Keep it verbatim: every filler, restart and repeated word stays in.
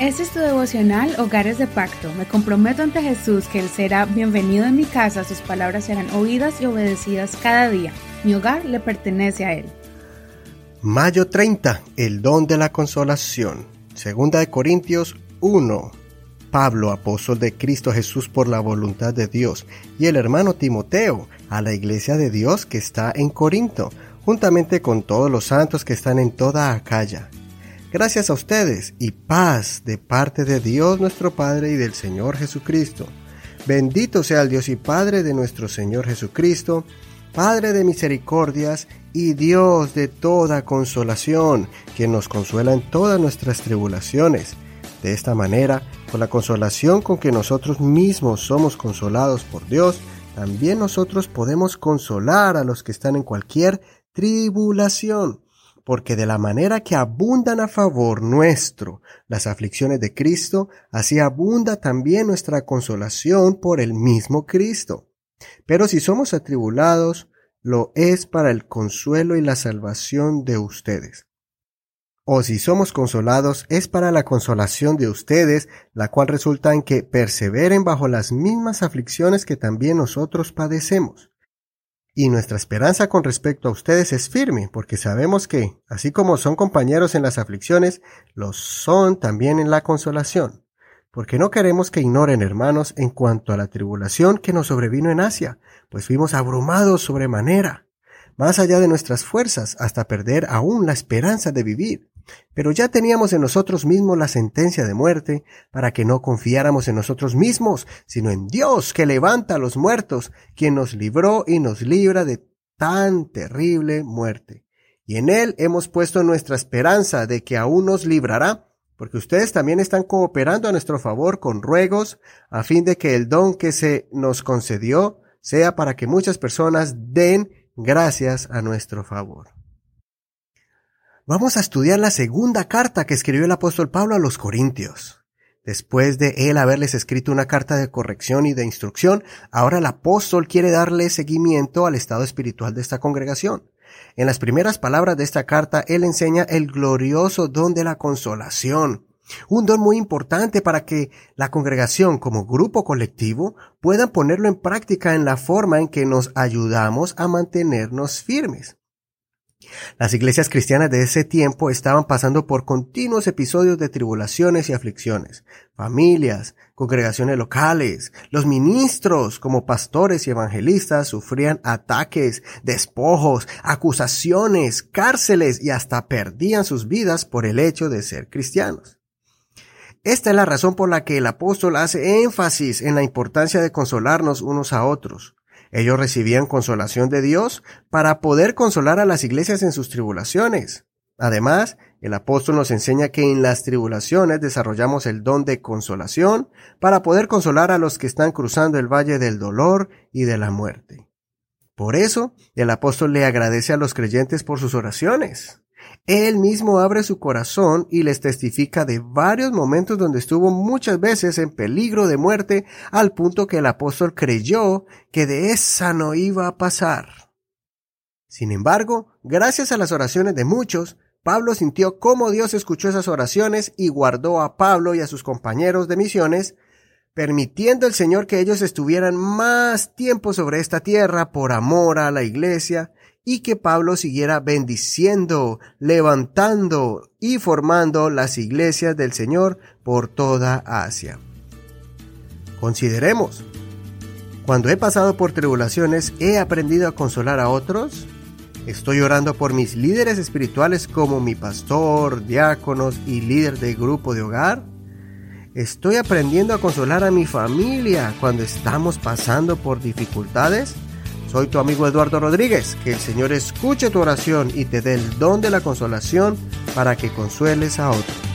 Este es tu devocional Hogares de Pacto. Me comprometo ante Jesús que Él será bienvenido en mi casa, sus palabras serán oídas y obedecidas cada día. Mi hogar le pertenece a Él. Mayo treinta, el don de la consolación. Segunda de Corintios uno. Pablo, apóstol de Cristo Jesús por la voluntad de Dios, y el hermano Timoteo, a la iglesia de Dios que está en Corinto, juntamente con todos los santos que están en toda Acaya. Gracias a ustedes y paz de parte de Dios nuestro Padre y del Señor Jesucristo. Bendito sea el Dios y Padre de nuestro Señor Jesucristo, Padre de misericordias y Dios de toda consolación, quien nos consuela en todas nuestras tribulaciones. De esta manera, con la consolación con que nosotros mismos somos consolados por Dios, también nosotros podemos consolar a los que están en cualquier tribulación. Porque de la manera que abundan a favor nuestro las aflicciones de Cristo, así abunda también nuestra consolación por el mismo Cristo. Pero si somos atribulados, lo es para el consuelo y la salvación de ustedes. O si somos consolados, es para la consolación de ustedes, la cual resulta en que perseveren bajo las mismas aflicciones que también nosotros padecemos. Y nuestra esperanza con respecto a ustedes es firme, porque sabemos que, así como son compañeros en las aflicciones, los son también en la consolación. Porque no queremos que ignoren, hermanos, en cuanto a la tribulación que nos sobrevino en Asia, pues fuimos abrumados sobremanera, más allá de nuestras fuerzas, hasta perder aún la esperanza de vivir. Pero ya teníamos en nosotros mismos la sentencia de muerte, para que no confiáramos en nosotros mismos, sino en Dios que levanta a los muertos, quien nos libró y nos libra de tan terrible muerte. Y en Él hemos puesto nuestra esperanza de que aún nos librará, porque ustedes también están cooperando a nuestro favor con ruegos, a fin de que el don que se nos concedió sea para que muchas personas den gracias a nuestro favor. Vamos a estudiar la segunda carta que escribió el apóstol Pablo a los Corintios. Después de él haberles escrito una carta de corrección y de instrucción, ahora el apóstol quiere darle seguimiento al estado espiritual de esta congregación. En las primeras palabras de esta carta, él enseña el glorioso don de la consolación, un don muy importante para que la congregación como grupo colectivo puedan ponerlo en práctica en la forma en que nos ayudamos a mantenernos firmes. Las iglesias cristianas de ese tiempo estaban pasando por continuos episodios de tribulaciones y aflicciones. Familias, congregaciones locales, los ministros como pastores y evangelistas sufrían ataques, despojos, acusaciones, cárceles y hasta perdían sus vidas por el hecho de ser cristianos. Esta es la razón por la que el apóstol hace énfasis en la importancia de consolarnos unos a otros. Ellos recibían consolación de Dios para poder consolar a las iglesias en sus tribulaciones. Además, el apóstol nos enseña que en las tribulaciones desarrollamos el don de consolación para poder consolar a los que están cruzando el valle del dolor y de la muerte. Por eso, el apóstol le agradece a los creyentes por sus oraciones. Él mismo abre su corazón y les testifica de varios momentos donde estuvo muchas veces en peligro de muerte, al punto que el apóstol creyó que de esa no iba a pasar. Sin embargo, gracias a las oraciones de muchos, Pablo sintió cómo Dios escuchó esas oraciones y guardó a Pablo y a sus compañeros de misiones, permitiendo el Señor que ellos estuvieran más tiempo sobre esta tierra por amor a la iglesia, y que Pablo siguiera bendiciendo, levantando y formando las iglesias del Señor por toda Asia. Consideremos, cuando he pasado por tribulaciones, ¿he aprendido a consolar a otros? ¿Estoy orando por mis líderes espirituales como mi pastor, diáconos y líder de grupo de hogar? ¿Estoy aprendiendo a consolar a mi familia cuando estamos pasando por dificultades? Soy tu amigo Eduardo Rodríguez. Que el Señor escuche tu oración y te dé el don de la consolación para que consueles a otros.